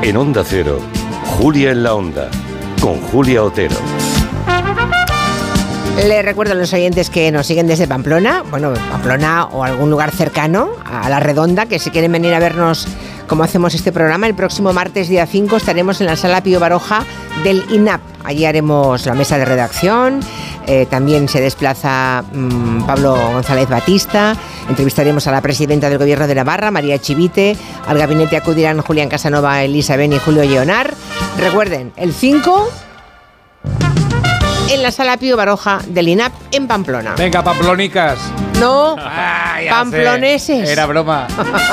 En Onda Cero, Julia en la Onda, con Julia Otero. Les recuerdo a los oyentes que nos siguen desde Pamplona, Pamplona o algún lugar cercano a La Redonda, que si quieren venir a vernos cómo hacemos este programa, el próximo martes día 5 estaremos en la Sala Pío Baroja del INAP. Allí haremos la mesa de redacción, también se desplaza Pablo González Batista, entrevistaremos a la presidenta del Gobierno de Navarra, María Chivite, al gabinete acudirán Julián Casanova, Elisa Ben y Julio Lleonar. Recuerden, el 5... en la Sala Pío Baroja del INAP en Pamplona. Venga, pamplonicas. No, ya pamploneses. sé. Era broma.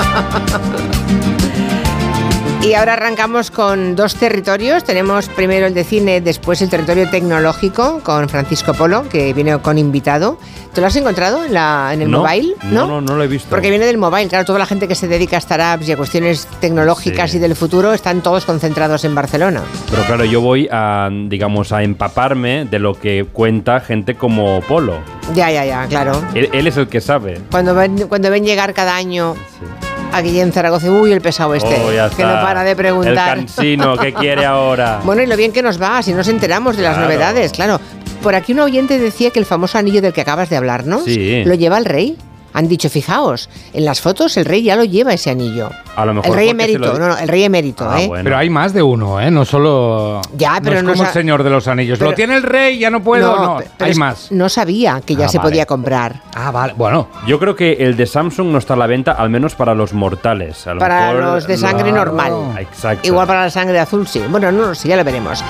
Y ahora arrancamos con dos territorios. Tenemos primero el de cine, después el territorio tecnológico con Francisco Polo, que viene con invitado. ¿Te lo has encontrado en el mobile? No lo he visto. Porque viene del mobile. Claro, toda la gente que se dedica a startups y a cuestiones tecnológicas y del futuro están todos concentrados en Barcelona. Pero claro, yo voy a empaparme de lo que cuenta gente como Polo. Ya, claro. Él es el que sabe. Cuando ven llegar cada año... Sí. Aquí en Zaragoza, el pesado que no para de preguntar. El cansino, ¿qué quiere ahora? Bueno, y lo bien que nos va, si nos enteramos de las novedades, claro. Por aquí un oyente decía que el famoso anillo del que acabas de hablarnos lo lleva el rey. Han dicho, fijaos, en las fotos el rey ya lo lleva ese anillo. A lo mejor el rey emérito, el rey emérito, Bueno. Pero hay más de uno, no solo... Ya, pero no es como el Señor de los Anillos. Lo tiene el rey, ya no puedo, hay más. No sabía que ya se podía comprar. Vale, bueno. Yo creo que el de Samsung no está a la venta, al menos para los mortales. Para los de sangre normal. Exacto. Igual para la sangre azul, sí. Bueno, no lo sé, ya lo veremos.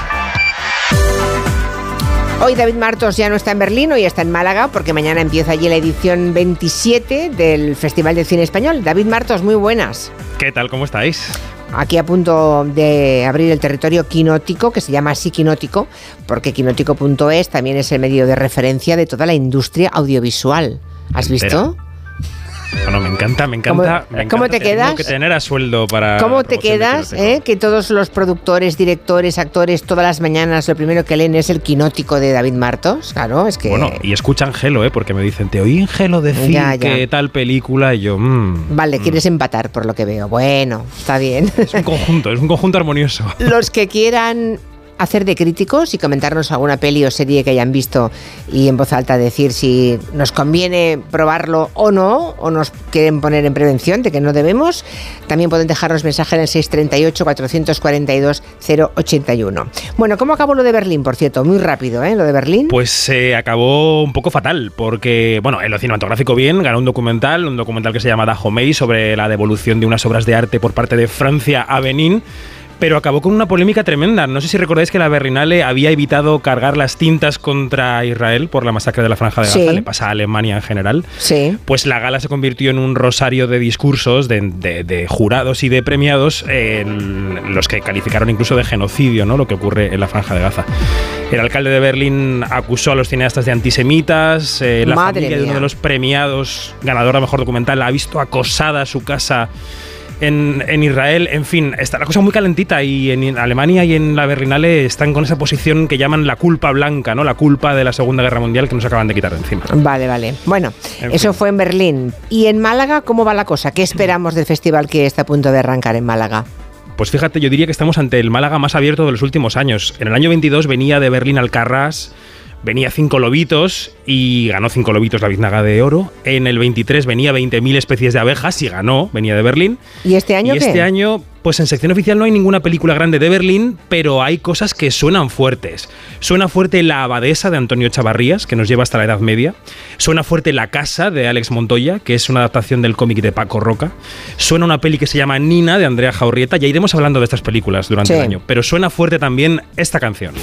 Hoy David Martos ya no está en Berlín, hoy está en Málaga, porque mañana empieza allí la edición 27 del Festival de Cine Español. David Martos, muy buenas. ¿Qué tal? ¿Cómo estáis? Aquí a punto de abrir el territorio quinótico, que se llama así Quinótico, porque quinótico.es también es el medio de referencia de toda la industria audiovisual. ¿Has visto? Bueno, me encanta. ¿Cómo te quedas? Tengo que tener a sueldo para... ¿Cómo te quedas? Que todos los productores, directores, actores, todas las mañanas lo primero que leen es el Quinótico de David Martos. Claro, es que... Bueno, y escuchan Gelo, porque me dicen, te oí en Gelo decir que tal película, y yo... Vale, quieres empatar por lo que veo. Bueno, está bien. Es un conjunto armonioso. Los que quieran hacer de críticos y comentarnos alguna peli o serie que hayan visto y en voz alta decir si nos conviene probarlo o no, o nos quieren poner en prevención de que no debemos, también pueden dejarnos mensaje en el 638-442-081. Bueno, ¿cómo acabó lo de Berlín, por cierto? Muy rápido, lo de Berlín. Pues se acabó un poco fatal, porque, bueno, en lo cinematográfico bien, ganó un documental que se llama Dahomey, sobre la devolución de unas obras de arte por parte de Francia a Benín. Pero acabó con una polémica tremenda. No sé si recordáis que la Berlinale había evitado cargar las tintas contra Israel por la masacre de la Franja de Gaza. Le pasa a Alemania en general. Sí. Pues la gala se convirtió en un rosario de discursos de jurados y de premiados, los que calificaron incluso de genocidio, ¿no?, lo que ocurre en la Franja de Gaza. El alcalde de Berlín acusó a los cineastas de antisemitas. La familia de uno de los premiados, ganador a mejor documental, ha visto acosada su casa en Israel. En fin, está la cosa muy calentita, y en Alemania y en la Berlinale están con esa posición que llaman la culpa blanca, ¿no? La culpa de la Segunda Guerra Mundial, que nos acaban de quitar de encima. Vale. Bueno, eso fue en Berlín. ¿Y en Málaga cómo va la cosa? ¿Qué esperamos del festival que está a punto de arrancar en Málaga? Pues fíjate, yo diría que estamos ante el Málaga más abierto de los últimos años. En el año 22 venía de Berlín Alcarrás, venía 5 lobitos y ganó 5 lobitos la Biznaga de Oro. En el 23 venía 20.000 especies de abejas y ganó, venía de Berlín. ¿Y este año qué? Este año, pues en sección oficial no hay ninguna película grande de Berlín, pero hay cosas que suenan fuertes. Suena fuerte La Abadesa de Antonio Chavarrías, que nos lleva hasta la Edad Media. Suena fuerte La Casa de Alex Montoya, que es una adaptación del cómic de Paco Roca. Suena una peli que se llama Nina de Andrea Jaurrieta. Ya iremos hablando de estas películas durante el año. Pero suena fuerte también esta canción.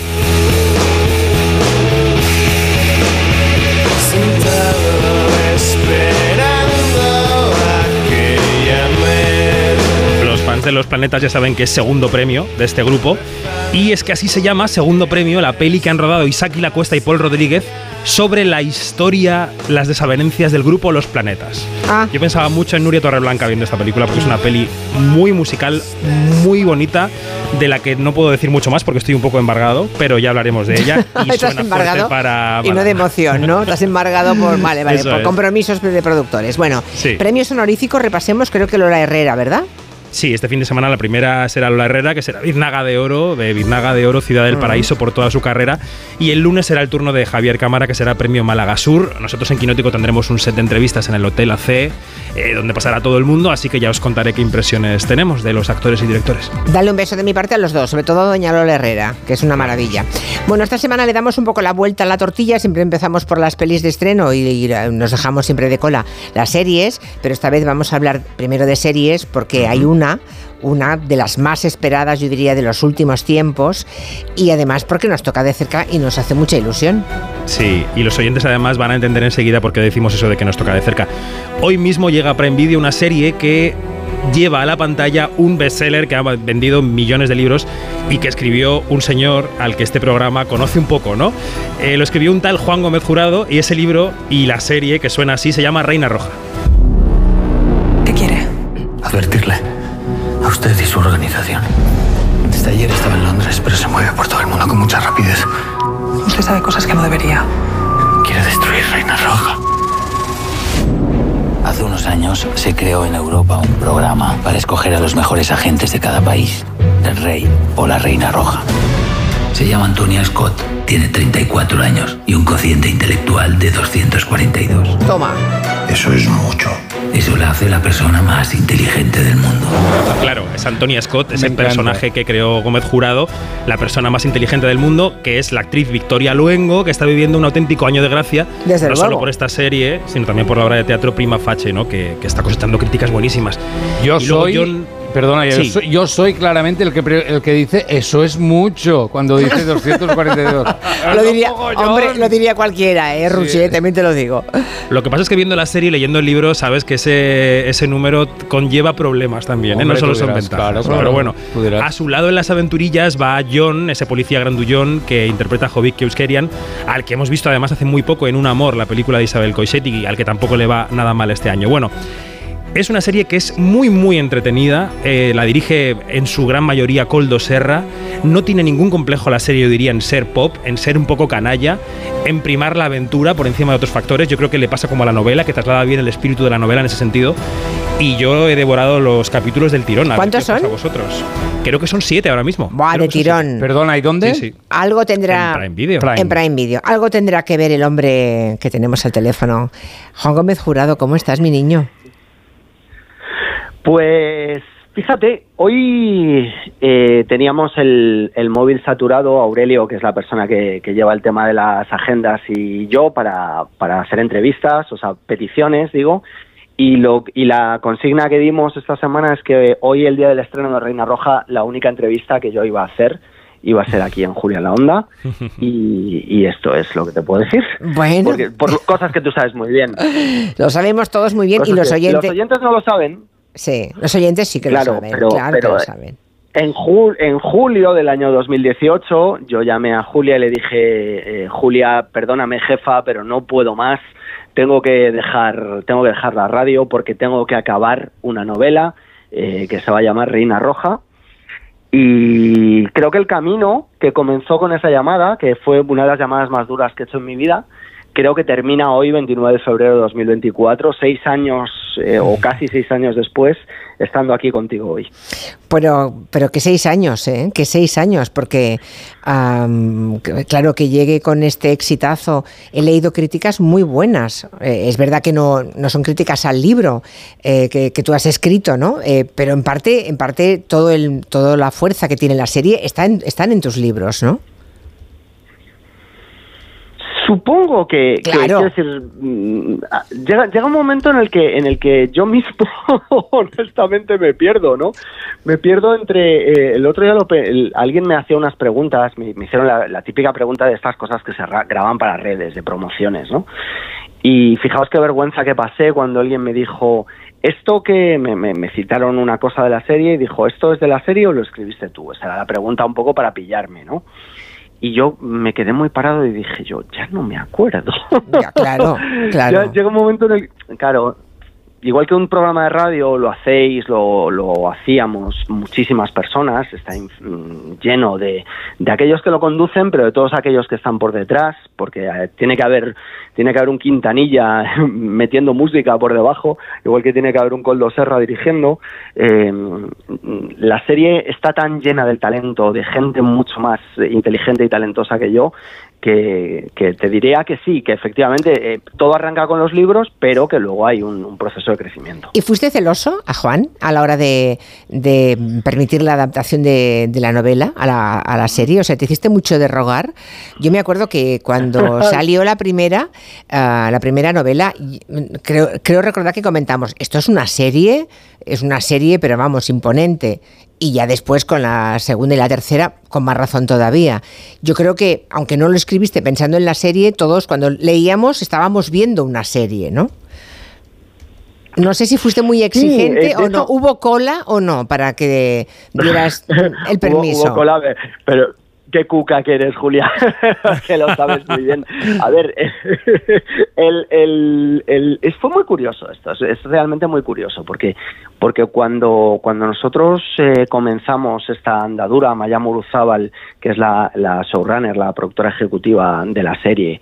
De Los Planetas ya saben que es segundo premio de este grupo, y es que así se llama, segundo premio, la peli que han rodado Isaac y La Cuesta y Paul Rodríguez sobre la historia, las desavenencias del grupo Los Planetas. Yo pensaba mucho en Nuria Torreblanca viendo esta película, porque es una peli muy musical, muy bonita, de la que no puedo decir mucho más porque estoy un poco embargado, pero ya hablaremos de ella. Y estás embargado y no de emoción, ¿no? Estás embargado por por compromisos de productores. Bueno, premios honoríficos, repasemos, creo que Lola Herrera, ¿verdad? Sí, este fin de semana la primera será Lola Herrera, que será Biznaga de Oro, Ciudad del Paraíso, por toda su carrera. Y el lunes será el turno de Javier Cámara, que será Premio Málaga Sur. Nosotros en Quinótico tendremos un set de entrevistas en el Hotel AC, donde pasará todo el mundo, así que ya os contaré qué impresiones tenemos de los actores y directores. Dale un beso de mi parte a los dos, sobre todo a doña Lola Herrera, que es una maravilla. Bueno, esta semana le damos un poco la vuelta a la tortilla, siempre empezamos por las pelis de estreno y nos dejamos siempre de cola las series, pero esta vez vamos a hablar primero de series porque hay una de las más esperadas, yo diría, de los últimos tiempos, y además porque nos toca de cerca y nos hace mucha ilusión. Sí, y los oyentes además van a entender enseguida por qué decimos eso de que nos toca de cerca. Hoy mismo llega a Prime Video una serie que lleva a la pantalla un bestseller que ha vendido millones de libros y que escribió un señor al que este programa conoce un poco, ¿no? Lo escribió un tal Juan Gómez Jurado, y ese libro y la serie, que suena así, se llama Reina Roja. ¿Qué quiere? Advertirle a usted y su organización. Desde ayer estaba en Londres, pero se mueve por todo el mundo con mucha rapidez. Usted sabe cosas que no debería. Quiere destruir Reina Roja. Hace unos años se creó en Europa un programa para escoger a los mejores agentes de cada país, el rey o la reina roja. Se llama Antonia Scott, tiene 34 años y un cociente intelectual de 242. Toma. Eso es mucho. Eso la hace la persona más inteligente del mundo. Claro, es Antonia Scott, es el personaje que creó Gómez Jurado, la persona más inteligente del mundo, que es la actriz Victoria Luengo, que está viviendo un auténtico año de gracia, desde no luego, solo por esta serie, sino también por la obra de teatro Prima Facie, ¿no? que está cosechando críticas buenísimas. Yo soy claramente el que dice eso es mucho cuando dice 242. Lo diría cualquiera, Ruchi, también te lo digo. Lo que pasa es que viendo la serie y leyendo el libro sabes que ese número conlleva problemas también, no solo son ventajas. Claro, pero bueno, a su lado en las aventurillas va John, ese policía grandullón que interpreta a Jovic Keuskerian, al que hemos visto además hace muy poco en Un Amor, la película de Isabel Coixet, y al que tampoco le va nada mal este año. Bueno, es una serie que es muy muy entretenida, la dirige en su gran mayoría Koldo Serra, no tiene ningún complejo la serie, yo diría, en ser pop, en ser un poco canalla, en primar la aventura por encima de otros factores. Yo creo que le pasa como a la novela, que traslada bien el espíritu de la novela en ese sentido, y yo he devorado los capítulos del tirón. ¿Cuántos son? A vosotros. Creo que son 7 ahora mismo. Buah, de tirón. Perdona, ¿y dónde? Sí. Algo tendrá... En Prime Video. En Prime Video. Algo tendrá que ver el hombre que tenemos al teléfono. Juan Gómez Jurado, ¿cómo estás, mi niño? Pues fíjate, hoy teníamos el móvil saturado, Aurelio, que es la persona que lleva el tema de las agendas, y yo para hacer entrevistas, o sea, peticiones, digo, y la consigna que dimos esta semana es que hoy, el día del estreno de Reina Roja, la única entrevista que yo iba a hacer iba a ser aquí en Julia en la Onda, y esto es lo que te puedo decir. Bueno. Porque, por cosas que tú sabes muy bien. Lo sabemos todos muy bien, y los oyentes no lo saben. Sí, los oyentes sí que lo saben, pero que lo saben. En julio del año 2018 yo llamé a Julia y le dije, Julia, perdóname, jefa, pero no puedo más, tengo que dejar la radio porque tengo que acabar una novela que se va a llamar Reina Roja. Y creo que el camino que comenzó con esa llamada, que fue una de las llamadas más duras que he hecho en mi vida, creo que termina hoy, 29 de febrero de 2024, 6 años o casi 6 años después, estando aquí contigo hoy. Pero que 6 años, que 6 años, porque claro, que llegue con este exitazo. He leído críticas muy buenas. Es verdad que no son críticas al libro que tú has escrito, ¿no? Pero en parte toda la fuerza que tiene la serie están en tus libros, ¿no? Supongo que, claro. Quiero decir, llega un momento en el que yo mismo honestamente me pierdo, ¿no? Me pierdo entre el otro día alguien me hacía unas preguntas, me hicieron la típica pregunta de estas cosas que se graban para redes de promociones, ¿no? Y fijaos qué vergüenza que pasé cuando alguien me dijo, esto que me citaron una cosa de la serie y dijo, ¿esto es de la serie o lo escribiste tú? Esa era la pregunta un poco para pillarme, ¿no? Y yo me quedé muy parado y dije, ya no me acuerdo. Ya, claro. Ya llega un momento en el... Claro, igual que un programa de radio lo hacéis, lo hacíamos muchísimas personas, está lleno de aquellos que lo conducen, pero de todos aquellos que están por detrás, porque tiene que haber un Quintanilla metiendo música por debajo, igual que tiene que haber un Koldo Serra dirigiendo. La serie está tan llena del talento, de gente mucho más inteligente y talentosa que yo, que te diría que sí, que efectivamente todo arranca con los libros, pero que luego hay un proceso de crecimiento. ¿Y fuiste celoso a Juan a la hora de permitir la adaptación de la novela a la serie? O sea, ¿te hiciste mucho de rogar? Yo me acuerdo que cuando salió la primera novela, creo recordar que comentamos, esto es una serie, pero vamos, imponente. Y ya después con la segunda y la tercera, con más razón todavía. Yo creo que, aunque no lo escribiste pensando en la serie, todos cuando leíamos estábamos viendo una serie, ¿no? No sé si fuiste muy exigente o no. ¿Hubo cola o no para que dieras el permiso? Hubo cola, pero... Qué cuca que eres, Julia, que lo sabes muy bien. A ver, fue muy curioso esto, es realmente muy curioso, porque cuando nosotros comenzamos esta andadura, Amaia Muruzábal, que es la showrunner, la productora ejecutiva de la serie,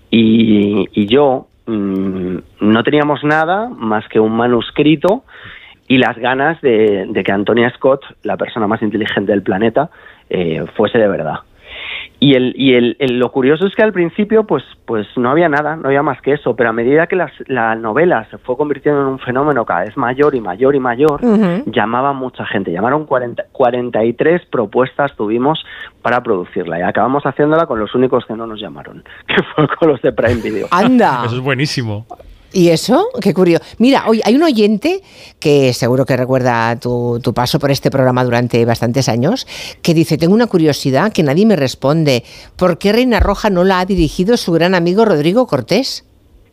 y yo, no teníamos nada más que un manuscrito y las ganas de que Antonia Scott, la persona más inteligente del planeta, fuese de verdad. Y lo curioso es que al principio pues no había nada, no había más que eso, pero a medida que la novela se fue convirtiendo en un fenómeno cada vez mayor y mayor y mayor, llamaba mucha gente. Llamaron 43 propuestas tuvimos para producirla y acabamos haciéndola con los únicos que no nos llamaron, que fue con los de Prime Video. ¡Anda! Eso es buenísimo. ¿Y eso? Qué curioso. Mira, hoy hay un oyente que seguro que recuerda tu paso por este programa durante bastantes años, que dice, tengo una curiosidad que nadie me responde. ¿Por qué Reina Roja no la ha dirigido su gran amigo Rodrigo Cortés?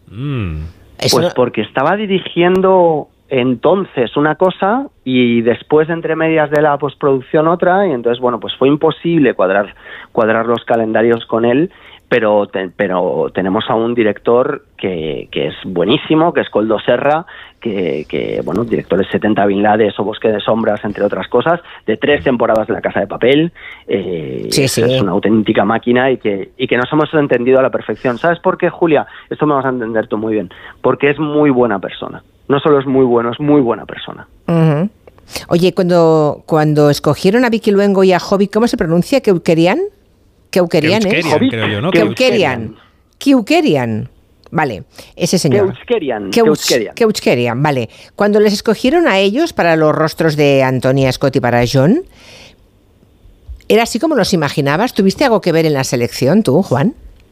Pues porque estaba dirigiendo entonces una cosa y después entre medias de la postproducción otra, y entonces bueno, pues fue imposible cuadrar los calendarios con él. Pero tenemos a un director que es buenísimo, que es Koldo Serra, que bueno, director de 70 Vinlades o Bosque de Sombras, entre otras cosas, de 3 temporadas de La Casa de Papel. Sí. Es una auténtica máquina y que nos hemos entendido a la perfección. ¿Sabes por qué, Julia? Esto me vas a entender tú muy bien. Porque es muy buena persona. No solo es muy bueno, es muy buena persona. Uh-huh. Oye, cuando escogieron a Vicky Luengo y a Jovi, ¿cómo se pronuncia? ¿Keukerian? Keukerian, ¿eh? Creo yo, ¿no? Keukerian. Vale, ese señor. Keukerian, vale. Cuando les escogieron a ellos para los rostros de Antonia Scott y para John, ¿era así como los imaginabas? ¿Tuviste algo que ver en la selección tú, Juan?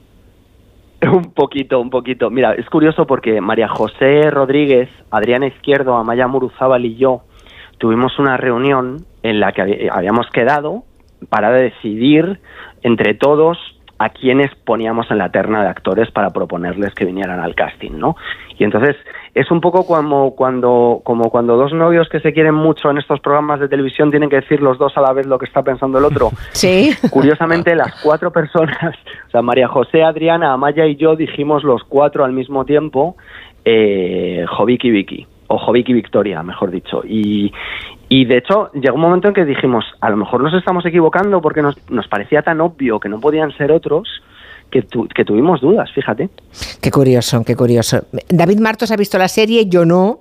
Un poquito. Mira, es curioso porque María José Rodríguez, Adriana Izquierdo, Amaia Muruzábal y yo tuvimos una reunión en la que habíamos quedado para decidir entre todos a quienes poníamos en la terna de actores para proponerles que vinieran al casting, ¿no? Y entonces es un poco como cuando dos novios que se quieren mucho en estos programas de televisión tienen que decir los dos a la vez lo que está pensando el otro. Sí. Curiosamente, las 4 personas, o sea, María José, Adriana, Amaia y yo dijimos los 4 al mismo tiempo, Joviki Vicky, o Joviki Victoria, mejor dicho. Y de hecho, llegó un momento en que dijimos, a lo mejor nos estamos equivocando porque nos parecía tan obvio que no podían ser otros, que tuvimos dudas, fíjate. Qué curioso. David Martos ha visto la serie, yo no.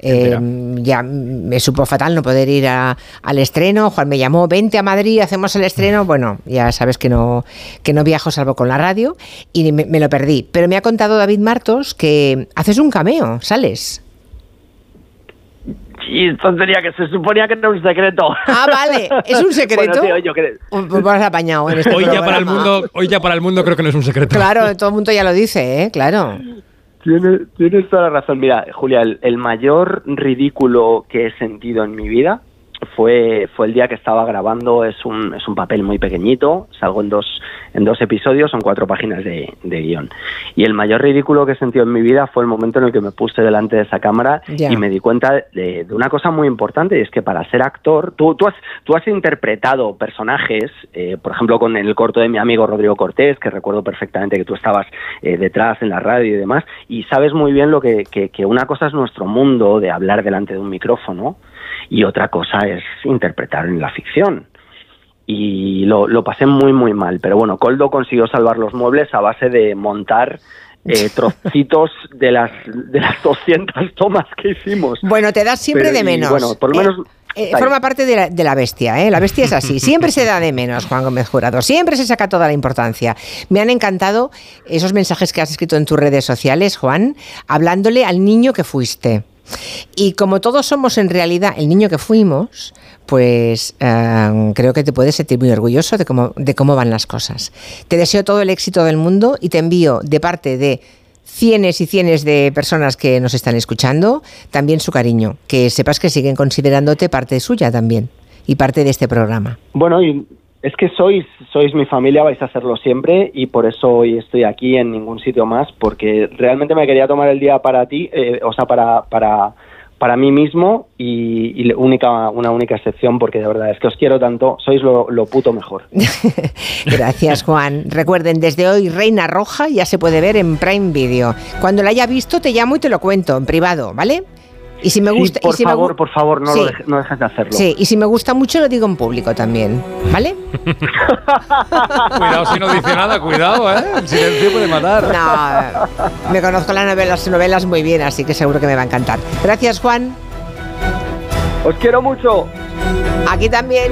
Ya me supo fatal no poder ir al estreno. Juan me llamó, vente a Madrid, hacemos el estreno. Bueno, ya sabes que no viajo salvo con la radio y me lo perdí. Pero me ha contado David Martos que haces un cameo, ¿sales? Y tontería, que se suponía que era un secreto. Ah, vale, ¿es un secreto? Bueno, tío, yo creo. Pues vas apañado en este hoy programa. ya para el mundo creo que no es un secreto. Claro, todo el mundo ya lo dice, claro. Tienes toda la razón. Mira, Julia, el mayor ridículo que he sentido en mi vida fue el día que estaba grabando. Es un papel muy pequeñito, salgo en dos episodios, son 4 páginas de guión. Y el mayor ridículo que he sentido en mi vida fue el momento en el que me puse delante de esa cámara y me di cuenta de una cosa muy importante, y es que para ser actor, tú has interpretado personajes, por ejemplo, con el corto de mi amigo Rodrigo Cortés, que recuerdo perfectamente que tú estabas detrás en la radio y demás, y sabes muy bien lo que una cosa es nuestro mundo de hablar delante de un micrófono y otra cosa es interpretar en la ficción. Y lo pasé muy muy mal, pero bueno, Koldo consiguió salvar los muebles a base de montar trocitos de las 200 tomas que hicimos. Bueno, te das siempre de menos. Bueno, por lo menos forma parte de la bestia, ¿eh? La bestia es así, siempre se da de menos, Juan Gómez Jurado, siempre se saca toda la importancia. Me han encantado esos mensajes que has escrito en tus redes sociales, Juan, hablándole al niño que fuiste. Y como todos somos en realidad el niño que fuimos, pues creo que te puedes sentir muy orgulloso de cómo van las cosas. Te deseo todo el éxito del mundo y te envío de parte de cientos y cientos de personas que nos están escuchando también su cariño, que sepas que siguen considerándote parte suya también y parte de este programa. Bueno, y es que sois mi familia, vais a serlo siempre, y por eso hoy estoy aquí en ningún sitio más, porque realmente me quería tomar el día para ti, para mí mismo, y una única excepción, porque de verdad es que os quiero tanto, sois lo puto mejor. Gracias, Juan. Recuerden, desde hoy Reina Roja ya se puede ver en Prime Video. Cuando la haya visto te llamo y te lo cuento en privado, ¿vale? Y si me gusta, sí, por favor, no dejes de hacerlo. Sí, y si me gusta mucho lo digo en público también, ¿vale? Cuidado si no dice nada, cuidado, ¿eh? El silencio puede matar. No, me conozco las novelas muy bien, así que seguro que me va a encantar. Gracias, Juan. Os quiero mucho. Aquí también.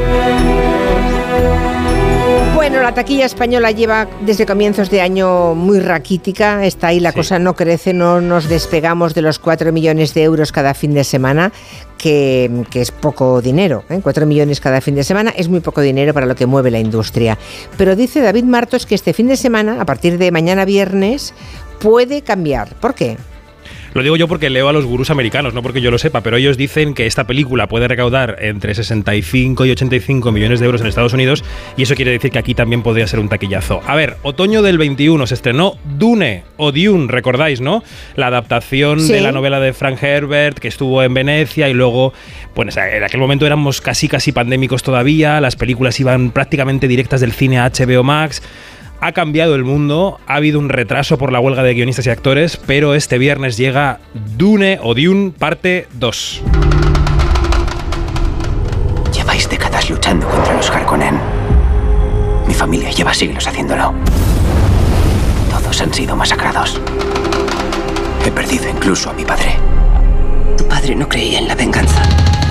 Bueno, la taquilla española lleva desde comienzos de año muy raquítica, está ahí la cosa, no crece, no nos despegamos de los 4 millones de euros cada fin de semana, que es poco dinero, 4 millones cada fin de semana es muy poco dinero para lo que mueve la industria. Pero dice David Martos que este fin de semana, a partir de mañana viernes, puede cambiar. ¿Por qué? Lo digo yo porque leo a los gurús americanos, no porque yo lo sepa, pero ellos dicen que esta película puede recaudar entre 65 y 85 millones de euros en Estados Unidos, y eso quiere decir que aquí también podría ser un taquillazo. A ver, otoño del 21 se estrenó Dune, recordáis, ¿no? La adaptación de la novela de Frank Herbert, que estuvo en Venecia, y luego, pues en aquel momento éramos casi pandémicos todavía, las películas iban prácticamente directas del cine a HBO Max. Ha cambiado el mundo, ha habido un retraso por la huelga de guionistas y actores, pero este viernes llega Dune parte 2. Lleváis décadas luchando contra los Harkonnen. Mi familia lleva siglos haciéndolo. Todos han sido masacrados. He perdido incluso a mi padre. Tu padre no creía en la venganza.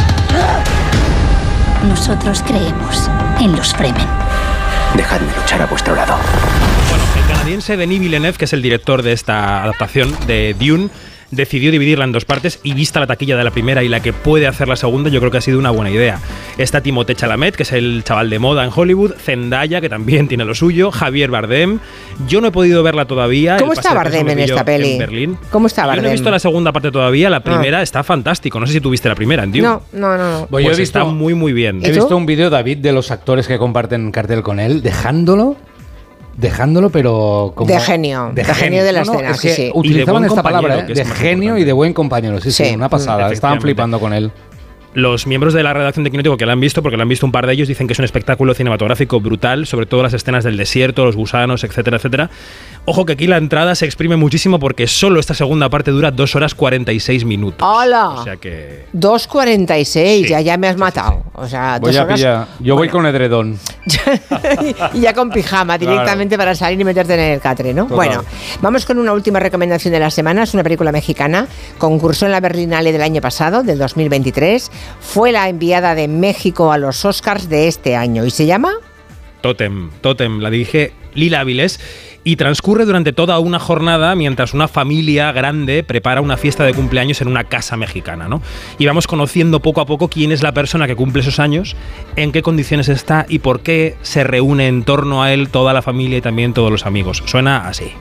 Nosotros creemos en los Fremen. Dejadme luchar a vuestro lado. Bueno, el canadiense Denis Villeneuve, que es el director de esta adaptación de Dune, decidió dividirla en 2 partes, y vista la taquilla de la primera y la que puede hacer la segunda, yo creo que ha sido una buena idea. Está Timothée Chalamet, que es el chaval de moda en Hollywood, Zendaya, que también tiene lo suyo, Javier Bardem. Yo no he podido verla todavía. ¿Cómo está Bardem en esta peli? En Berlín. ¿Cómo está Bardem? Yo no he visto la segunda parte todavía, la primera está fantástico. No sé si tú viste la primera en Dune. No. Pues yo he visto, está muy bien. He visto un vídeo, David, de los actores que comparten cartel con él, dejándolo, pero como... De genio de la escena, es que utilizaban esta palabra, de genio y de buen compañero, sí, una pasada, estaban flipando con él. Los miembros de la redacción de Quinótico que la han visto, porque la han visto un par de ellos, dicen que es un espectáculo cinematográfico brutal, sobre todo las escenas del desierto, los gusanos, etcétera, etcétera. Ojo que aquí la entrada se exprime muchísimo porque solo esta segunda parte dura 2 horas 46 minutos. ¡Hala! O sea que... 2:46, ya me has matado. O sea, voy 2 horas... Yo voy con edredón. Y ya con pijama directamente para salir y meterte en el catre, ¿no? Total. Bueno, vamos con una última recomendación de la semana. Es una película mexicana, concursó en la Berlinale del año pasado, del 2023. Fue la enviada de México a los Oscars de este año y se llama... Totem, la dirige Lila Avilés y transcurre durante toda una jornada mientras una familia grande prepara una fiesta de cumpleaños en una casa mexicana, ¿no? Y vamos conociendo poco a poco quién es la persona que cumple esos años, en qué condiciones está y por qué se reúne en torno a él toda la familia y también todos los amigos. Suena así.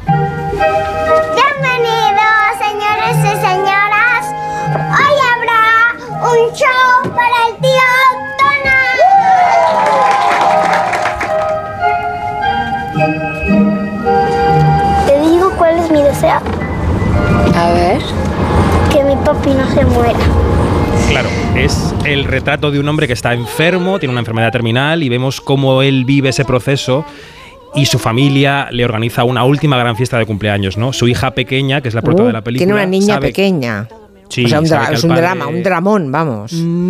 Bienvenidos, señores y señoras. Hoy habrá un show para el tío desea? A ver. Que mi papi no se muera. Claro, es el retrato de un hombre que está enfermo, tiene una enfermedad terminal y vemos cómo él vive ese proceso y su familia le organiza una última gran fiesta de cumpleaños, ¿no? Su hija pequeña, que es la prota de la película... Tiene una niña pequeña. Sí, o sea, es un padre... drama, un dramón, vamos.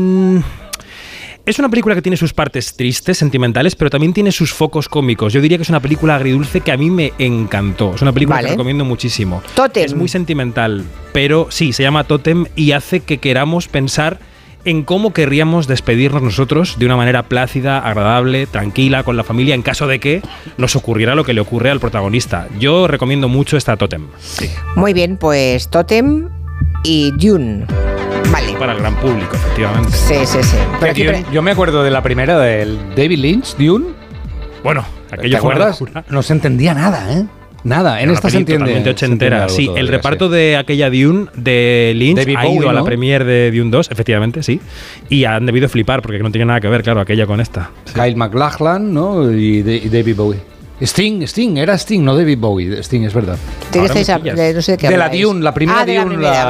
Es una película que tiene sus partes tristes, sentimentales, pero también tiene sus focos cómicos. Yo diría que es una película agridulce que a mí me encantó. Es una película que recomiendo muchísimo. Tótem. Es muy sentimental, pero sí, se llama Tótem y hace que queramos pensar en cómo querríamos despedirnos nosotros de una manera plácida, agradable, tranquila, con la familia, en caso de que nos ocurriera lo que le ocurre al protagonista. Yo recomiendo mucho esta Tótem. Sí. Muy bien, pues Tótem y Dune. Vale. Para el gran público, efectivamente. Sí. Pero yo me acuerdo de la primera del David Lynch, Dune. Bueno, aquello ¿te acuerdas? No se entendía nada, ¿eh? Nada, en esta se entiende. Totalmente ochentera. Sí, el reparto de aquella Dune de Lynch David ha ido Bowie, a la ¿no? premiere de Dune 2, efectivamente, sí. Y han debido flipar porque no tiene nada que ver, claro, aquella con esta. Sí. Kyle MacLachlan, ¿no? Y David Bowie. Sting, era Sting, no David Bowie. Sting, es verdad. No sé de qué de la habláis. Dune, la primera de la Dune. primera,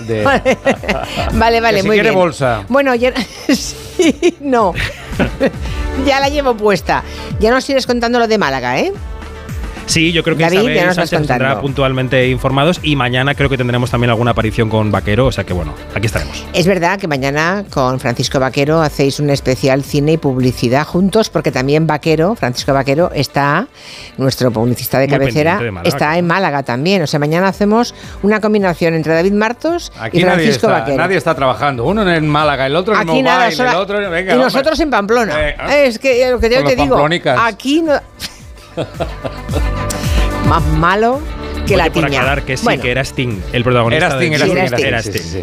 vale, que si muy quiere bien. bolsa. Bueno, ya, sí, no. Ya la llevo puesta. Ya nos sigues contando lo de Málaga, ¿eh? Sí, yo creo que David, Isabel ya nos vas Sánchez nos tendrá contando. puntualmente informados y mañana creo que tendremos también alguna aparición con Vaquero, o sea que bueno, aquí estaremos. Es verdad que mañana con Francisco Vaquero hacéis un especial cine y publicidad juntos, porque también Francisco Vaquero está, nuestro publicista de Muy cabecera, pendiente de Málaga, está en Málaga también. O sea, mañana hacemos una combinación entre David Martos Aquí y Francisco Vaquero. nadie está trabajando. Uno en Málaga, el otro en Aquí nada, Mobile, el otro... Venga, y nosotros en Pamplona. Es que lo que yo Con te los digo, pamplónicas. aquí no... Más malo que Oye, la por tiña. aclarar que sí, Bueno. que era Sting, el protagonista. Era Sting, de era Dune. Sting. Era Sí, Sting. sí, sí.